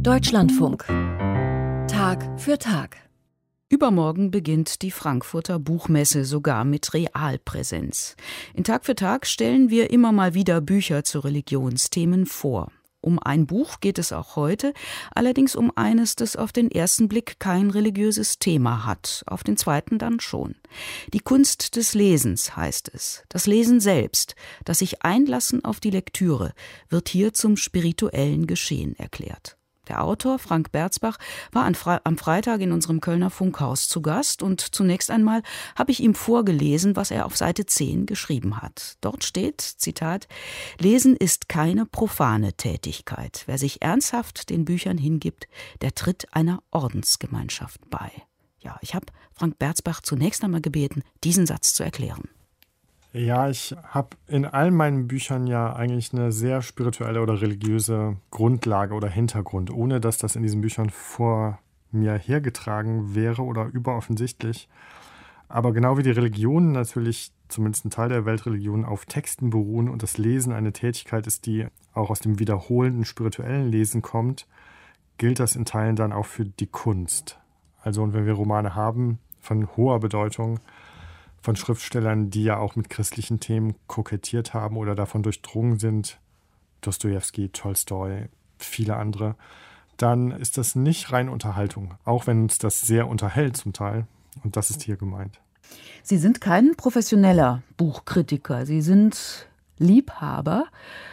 Deutschlandfunk. Tag für Tag. Übermorgen beginnt die Frankfurter Buchmesse sogar mit Realpräsenz. In Tag für Tag stellen wir immer mal wieder Bücher zu Religionsthemen vor. Um ein Buch geht es auch heute, allerdings um eines, das auf den ersten Blick kein religiöses Thema hat, auf den zweiten dann schon. Die Kunst des Lesens heißt es. Das Lesen selbst, das sich Einlassen auf die Lektüre, wird hier zum spirituellen Geschehen erklärt. Der Autor Frank Berzbach war am Freitag in unserem Kölner Funkhaus zu Gast und zunächst einmal habe ich ihm vorgelesen, was er auf Seite 10 geschrieben hat. Dort steht, Zitat, Lesen ist keine profane Tätigkeit. Wer sich ernsthaft den Büchern hingibt, der tritt einer Ordensgemeinschaft bei. Ja, ich habe Frank Berzbach zunächst einmal gebeten, diesen Satz zu erklären. Ja, ich habe in all meinen Büchern ja eigentlich eine sehr spirituelle oder religiöse Grundlage oder Hintergrund, ohne dass das in diesen Büchern vor mir hergetragen wäre oder überoffensichtlich. Aber genau wie die Religionen natürlich, zumindest ein Teil der Weltreligionen, auf Texten beruhen und das Lesen eine Tätigkeit ist, die auch aus dem wiederholenden spirituellen Lesen kommt, gilt das in Teilen dann auch für die Kunst. Also und wenn wir Romane haben von hoher Bedeutung, von Schriftstellern, die ja auch mit christlichen Themen kokettiert haben oder davon durchdrungen sind, Dostojewski, Tolstoi, viele andere, dann ist das nicht rein Unterhaltung, auch wenn uns das sehr unterhält zum Teil. Und das ist hier gemeint. Sie sind kein professioneller Buchkritiker, Sie sind Liebhaber.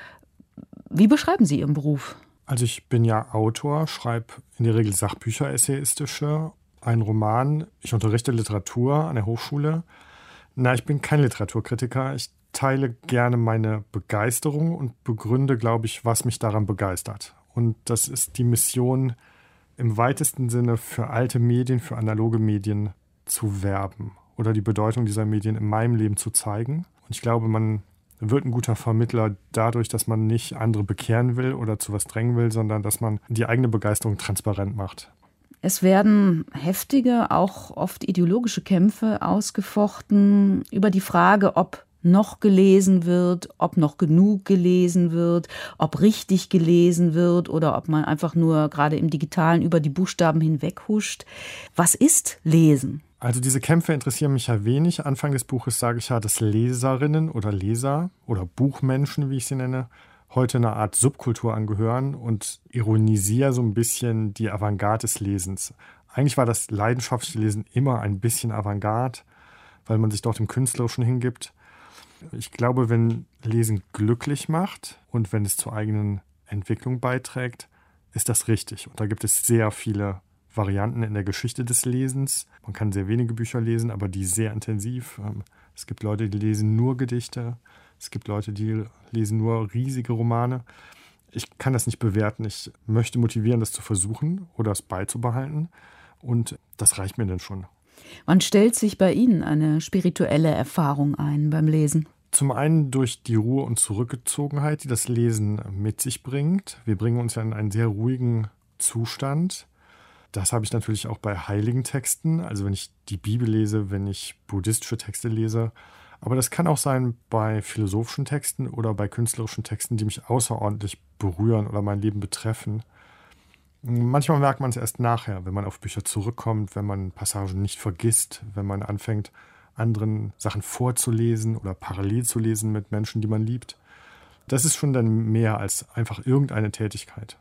Wie beschreiben Sie Ihren Beruf? Also ich bin ja Autor, schreibe in der Regel Sachbücher, essayistische, einen Roman. Ich unterrichte Literatur an der Hochschule. Na, ich bin kein Literaturkritiker. Ich teile gerne meine Begeisterung und begründe, glaube ich, was mich daran begeistert. Und das ist die Mission, im weitesten Sinne für alte Medien, für analoge Medien zu werben oder die Bedeutung dieser Medien in meinem Leben zu zeigen. Und ich glaube, man wird ein guter Vermittler dadurch, dass man nicht andere bekehren will oder zu was drängen will, sondern dass man die eigene Begeisterung transparent macht. Es werden heftige, auch oft ideologische Kämpfe ausgefochten über die Frage, ob noch gelesen wird, ob noch genug gelesen wird, ob richtig gelesen wird oder ob man einfach nur gerade im Digitalen über die Buchstaben hinweg huscht. Was ist Lesen? Also diese Kämpfe interessieren mich ja wenig. Anfang des Buches sage ich ja, dass Leserinnen oder Leser oder Buchmenschen, wie ich sie nenne, heute eine Art Subkultur angehören und ironisiere so ein bisschen die Avantgarde des Lesens. Eigentlich war das leidenschaftliche Lesen immer ein bisschen Avantgarde, weil man sich dort im Künstlerischen hingibt. Ich glaube, wenn Lesen glücklich macht und wenn es zur eigenen Entwicklung beiträgt, ist das richtig. Und da gibt es sehr viele Varianten in der Geschichte des Lesens. Man kann sehr wenige Bücher lesen, aber die sehr intensiv. Es gibt Leute, die lesen nur Gedichte. Es gibt Leute, die lesen nur riesige Romane. Ich kann das nicht bewerten. Ich möchte motivieren, das zu versuchen oder es beizubehalten. Und das reicht mir dann schon. Wann stellt sich bei Ihnen eine spirituelle Erfahrung ein beim Lesen? Zum einen durch die Ruhe und Zurückgezogenheit, die das Lesen mit sich bringt. Wir bringen uns ja in einen sehr ruhigen Zustand. Das habe ich natürlich auch bei heiligen Texten. Also wenn ich die Bibel lese, wenn ich buddhistische Texte lese. Aber das kann auch sein bei philosophischen Texten oder bei künstlerischen Texten, die mich außerordentlich berühren oder mein Leben betreffen. Manchmal merkt man es erst nachher, wenn man auf Bücher zurückkommt, wenn man Passagen nicht vergisst, wenn man anfängt, anderen Sachen vorzulesen oder parallel zu lesen mit Menschen, die man liebt. Das ist schon dann mehr als einfach irgendeine Tätigkeit.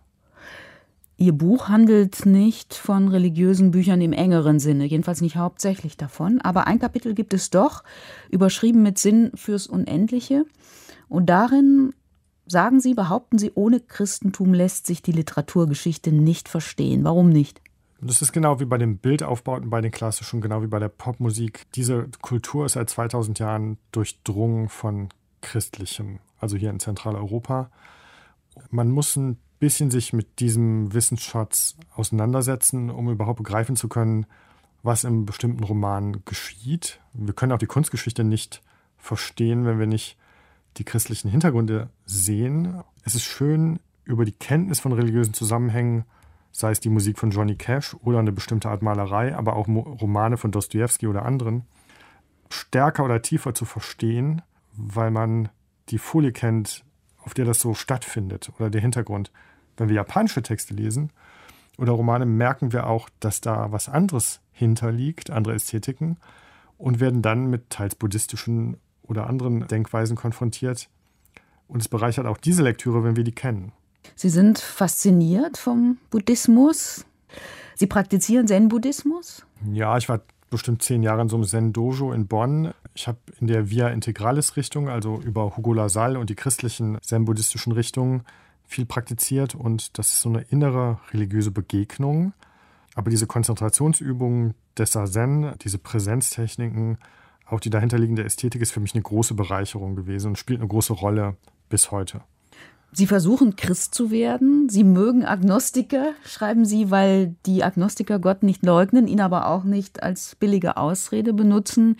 Ihr Buch handelt nicht von religiösen Büchern im engeren Sinne, jedenfalls nicht hauptsächlich davon. Aber ein Kapitel gibt es doch, überschrieben mit Sinn fürs Unendliche. Und darin sagen Sie, behaupten Sie, ohne Christentum lässt sich die Literaturgeschichte nicht verstehen. Warum nicht? Das ist genau wie bei den Bildaufbauten, bei den klassischen, genau wie bei der Popmusik. Diese Kultur ist seit 2000 Jahren durchdrungen von Christlichem, also hier in Zentraleuropa. Man muss ein bisschen sich mit diesem Wissensschatz auseinandersetzen, um überhaupt begreifen zu können, was im bestimmten Roman geschieht. Wir können auch die Kunstgeschichte nicht verstehen, wenn wir nicht die christlichen Hintergründe sehen. Es ist schön, über die Kenntnis von religiösen Zusammenhängen, sei es die Musik von Johnny Cash oder eine bestimmte Art Malerei, aber auch Romane von Dostojewski oder anderen, stärker oder tiefer zu verstehen, weil man die Folie kennt, auf der das so stattfindet oder der Hintergrund. Wenn wir japanische Texte lesen, oder Romane merken wir auch, dass da was anderes hinterliegt, andere Ästhetiken, und werden dann mit teils buddhistischen oder anderen Denkweisen konfrontiert. Und es bereichert auch diese Lektüre, wenn wir die kennen. Sie sind fasziniert vom Buddhismus. Sie praktizieren Zen-Buddhismus? Ja, ich war bestimmt 10 Jahre in so einem Zen-Dojo in Bonn. Ich habe in der Via Integralis-Richtung, also über Hugo Lassalle und die christlichen zen-buddhistischen Richtungen, viel praktiziert. Und das ist so eine innere religiöse Begegnung. Aber diese Konzentrationsübungen des Zazen, diese Präsenztechniken, auch die dahinterliegende Ästhetik ist für mich eine große Bereicherung gewesen und spielt eine große Rolle bis heute. Sie versuchen, Christ zu werden. Sie mögen Agnostiker, schreiben Sie, weil die Agnostiker Gott nicht leugnen, ihn aber auch nicht als billige Ausrede benutzen.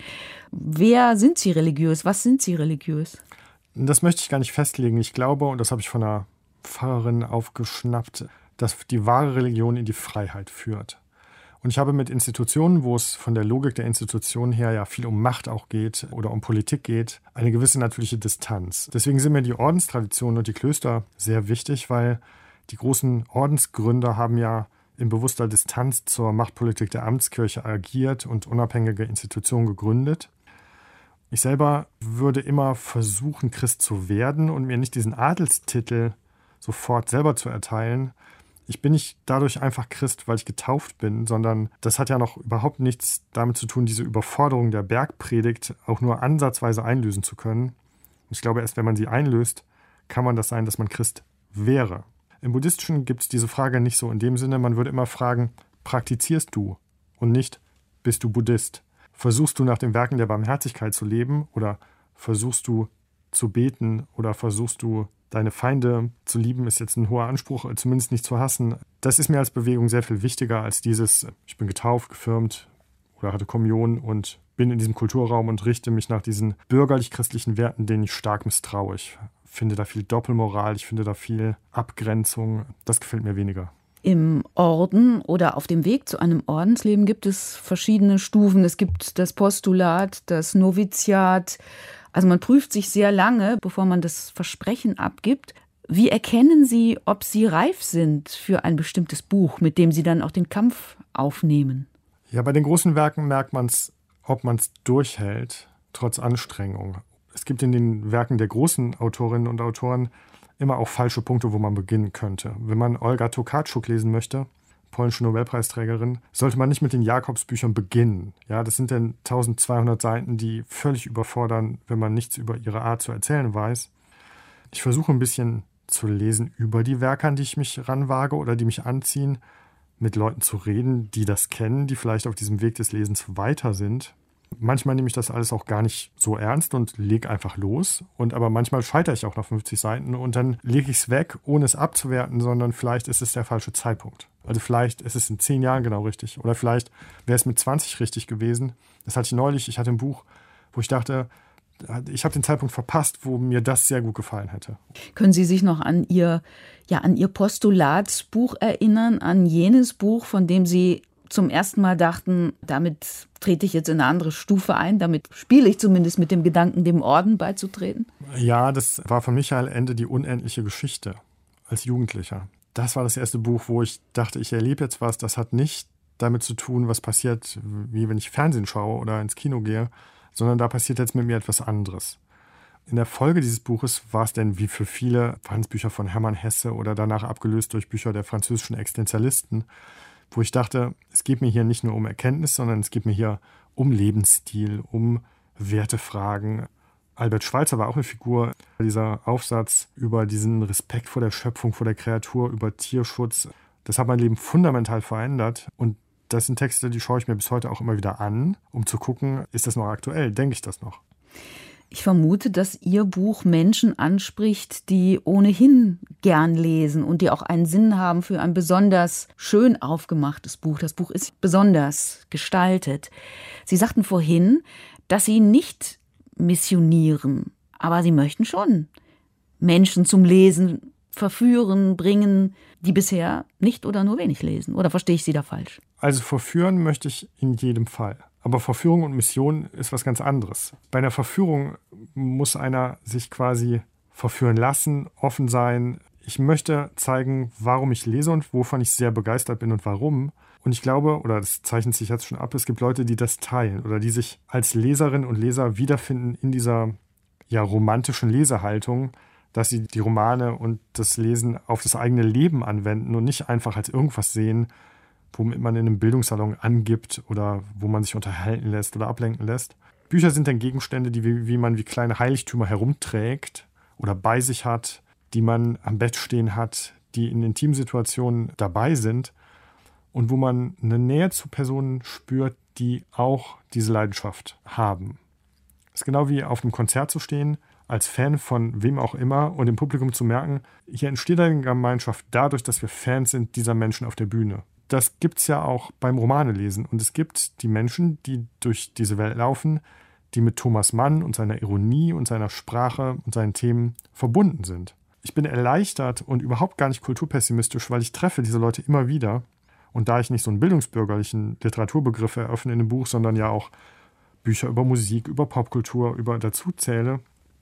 Wer sind Sie religiös? Was sind Sie religiös? Das möchte ich gar nicht festlegen. Ich glaube, und das habe ich von einer Pfarrerin aufgeschnappt, dass die wahre Religion in die Freiheit führt. Und ich habe mit Institutionen, wo es von der Logik der Institutionen her ja viel um Macht auch geht oder um Politik geht, eine gewisse natürliche Distanz. Deswegen sind mir die Ordenstraditionen und die Klöster sehr wichtig, weil die großen Ordensgründer haben ja in bewusster Distanz zur Machtpolitik der Amtskirche agiert und unabhängige Institutionen gegründet. Ich selber würde immer versuchen, Christ zu werden und mir nicht diesen Adelstitel sofort selber zu erteilen. Ich bin nicht dadurch einfach Christ, weil ich getauft bin, sondern das hat ja noch überhaupt nichts damit zu tun, diese Überforderung der Bergpredigt auch nur ansatzweise einlösen zu können. Und ich glaube, erst wenn man sie einlöst, kann man das sein, dass man Christ wäre. Im Buddhistischen gibt es diese Frage nicht so in dem Sinne, man würde immer fragen, praktizierst du und nicht, bist du Buddhist? Versuchst du nach den Werken der Barmherzigkeit zu leben oder versuchst du zu beten oder versuchst du deine Feinde zu lieben, ist jetzt ein hoher Anspruch, zumindest nicht zu hassen. Das ist mir als Bewegung sehr viel wichtiger als dieses, ich bin getauft, gefirmt oder hatte Kommunion und bin in diesem Kulturraum und richte mich nach diesen bürgerlich-christlichen Werten, denen ich stark misstraue. Ich finde da viel Doppelmoral, ich finde da viel Abgrenzung. Das gefällt mir weniger. Im Orden oder auf dem Weg zu einem Ordensleben gibt es verschiedene Stufen. Es gibt das Postulat, das Noviziat. Also man prüft sich sehr lange, bevor man das Versprechen abgibt. Wie erkennen Sie, ob Sie reif sind für ein bestimmtes Buch, mit dem Sie dann auch den Kampf aufnehmen? Ja, bei den großen Werken merkt man es, ob man es durchhält, trotz Anstrengung. Es gibt in den Werken der großen Autorinnen und Autoren immer auch falsche Punkte, wo man beginnen könnte. Wenn man Olga Tokarczuk lesen möchte, polnische Nobelpreisträgerin, sollte man nicht mit den Jakobsbüchern beginnen. Ja, das sind dann 1200 Seiten, die völlig überfordern, wenn man nichts über ihre Art zu erzählen weiß. Ich versuche ein bisschen zu lesen über die Werke, an die ich mich ranwage oder die mich anziehen, mit Leuten zu reden, die das kennen, die vielleicht auf diesem Weg des Lesens weiter sind. Manchmal nehme ich das alles auch gar nicht so ernst und lege einfach los. Aber manchmal scheitere ich auch nach 50 Seiten und dann lege ich es weg, ohne es abzuwerten, sondern vielleicht ist es der falsche Zeitpunkt. Also vielleicht ist es in 10 Jahren genau richtig. Oder vielleicht wäre es mit 20 richtig gewesen. Das hatte ich neulich. Ich hatte ein Buch, wo ich dachte, ich habe den Zeitpunkt verpasst, wo mir das sehr gut gefallen hätte. Können Sie sich noch an Ihr Postulatsbuch erinnern, an jenes Buch, von dem Sie zum ersten Mal dachten, damit trete ich jetzt in eine andere Stufe ein, damit spiele ich zumindest mit dem Gedanken, dem Orden beizutreten? Ja, das war von Michael Ende Die unendliche Geschichte als Jugendlicher. Das war das erste Buch, wo ich dachte, ich erlebe jetzt was. Das hat nicht damit zu tun, was passiert, wie wenn ich Fernsehen schaue oder ins Kino gehe, sondern da passiert jetzt mit mir etwas anderes. In der Folge dieses Buches war es denn wie für viele, waren es Bücher von Hermann Hesse oder danach abgelöst durch Bücher der französischen Existenzialisten, wo ich dachte, es geht mir hier nicht nur um Erkenntnis, sondern es geht mir hier um Lebensstil, um Wertefragen. Albert Schweitzer war auch eine Figur. Dieser Aufsatz über diesen Respekt vor der Schöpfung, vor der Kreatur, über Tierschutz, das hat mein Leben fundamental verändert. Und das sind Texte, die schaue ich mir bis heute auch immer wieder an, um zu gucken, ist das noch aktuell, denke ich das noch? Ich vermute, dass Ihr Buch Menschen anspricht, die ohnehin gern lesen und die auch einen Sinn haben für ein besonders schön aufgemachtes Buch. Das Buch ist besonders gestaltet. Sie sagten vorhin, dass Sie nicht missionieren, aber Sie möchten schon Menschen zum Lesen verführen, bringen, die bisher nicht oder nur wenig lesen. Oder verstehe ich Sie da falsch? Also verführen möchte ich in jedem Fall. Aber Verführung und Mission ist was ganz anderes. Bei einer Verführung muss einer sich quasi verführen lassen, offen sein, Ich möchte zeigen, warum ich lese und wovon ich sehr begeistert bin und warum. Und ich glaube, oder das zeichnet sich jetzt schon ab, es gibt Leute, die das teilen oder die sich als Leserinnen und Leser wiederfinden in dieser romantischen Lesehaltung, dass sie die Romane und das Lesen auf das eigene Leben anwenden und nicht einfach als irgendwas sehen, womit man in einem Bildungssalon angibt oder wo man sich unterhalten lässt oder ablenken lässt. Bücher sind dann Gegenstände, die wie man wie kleine Heiligtümer herumträgt oder bei sich hat, die man am Bett stehen hat, die in Intimsituationen dabei sind und wo man eine Nähe zu Personen spürt, die auch diese Leidenschaft haben. Es ist genau wie auf einem Konzert zu stehen, als Fan von wem auch immer und im Publikum zu merken, hier entsteht eine Gemeinschaft dadurch, dass wir Fans sind dieser Menschen auf der Bühne. Das gibt es ja auch beim Romanelesen. Und es gibt die Menschen, die durch diese Welt laufen, die mit Thomas Mann und seiner Ironie und seiner Sprache und seinen Themen verbunden sind. Ich bin erleichtert und überhaupt gar nicht kulturpessimistisch, weil ich treffe diese Leute immer wieder. Und da ich nicht so einen bildungsbürgerlichen Literaturbegriff eröffne in dem Buch, sondern ja auch Bücher über Musik, über Popkultur, über dazu zähle.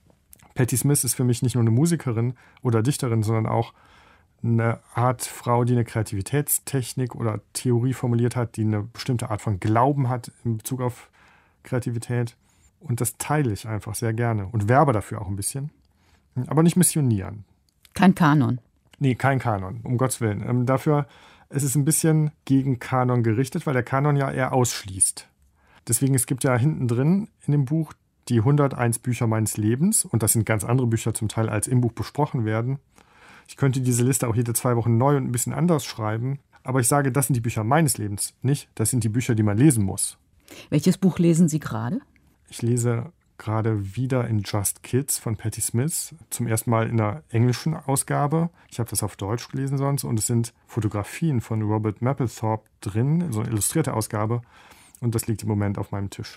Patti Smith ist für mich nicht nur eine Musikerin oder Dichterin, sondern auch eine Art Frau, die eine Kreativitätstechnik oder Theorie formuliert hat, die eine bestimmte Art von Glauben hat in Bezug auf Kreativität. Und das teile ich einfach sehr gerne und werbe dafür auch ein bisschen. Aber nicht missionieren. Kein Kanon. Nee, kein Kanon, um Gottes Willen. Dafür ist es ein bisschen gegen Kanon gerichtet, weil der Kanon ja eher ausschließt. Deswegen, es gibt ja hinten drin in dem Buch die 101 Bücher meines Lebens. Und das sind ganz andere Bücher zum Teil, als im Buch besprochen werden. Ich könnte diese Liste auch jede 2 Wochen neu und ein bisschen anders schreiben. Aber ich sage, das sind die Bücher meines Lebens, nicht? Das sind die Bücher, die man lesen muss. Welches Buch lesen Sie gerade? Ich lese gerade wieder in Just Kids von Patti Smith. Zum ersten Mal in der englischen Ausgabe. Ich habe das auf Deutsch gelesen sonst. Und es sind Fotografien von Robert Mapplethorpe drin, so eine illustrierte Ausgabe. Und das liegt im Moment auf meinem Tisch.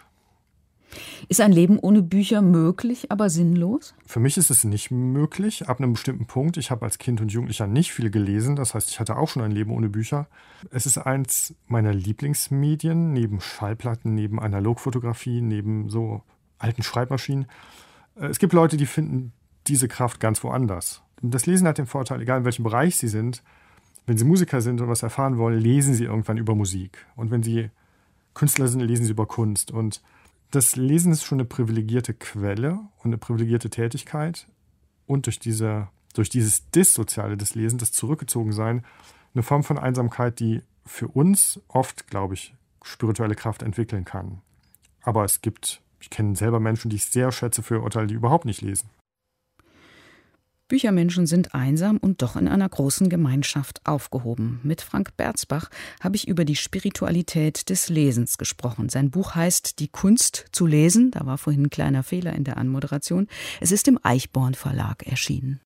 Ist ein Leben ohne Bücher möglich, aber sinnlos? Für mich ist es nicht möglich, ab einem bestimmten Punkt. Ich habe als Kind und Jugendlicher nicht viel gelesen. Das heißt, ich hatte auch schon ein Leben ohne Bücher. Es ist eins meiner Lieblingsmedien, neben Schallplatten, neben Analogfotografie, neben so alten Schreibmaschinen. Es gibt Leute, die finden diese Kraft ganz woanders. Das Lesen hat den Vorteil, egal in welchem Bereich sie sind, wenn sie Musiker sind und was erfahren wollen, lesen sie irgendwann über Musik. Und wenn sie Künstler sind, lesen sie über Kunst. Und das Lesen ist schon eine privilegierte Quelle und eine privilegierte Tätigkeit. Und durch dieses Dissoziale des Lesens, das Zurückgezogensein, eine Form von Einsamkeit, die für uns oft, glaube ich, spirituelle Kraft entwickeln kann. Aber ich kenne selber Menschen, die ich sehr schätze für Urteile, die überhaupt nicht lesen. Büchermenschen sind einsam und doch in einer großen Gemeinschaft aufgehoben. Mit Frank Berzbach habe ich über die Spiritualität des Lesens gesprochen. Sein Buch heißt Die Kunst zu lesen. Da war vorhin ein kleiner Fehler in der Anmoderation. Es ist im Eichborn Verlag erschienen.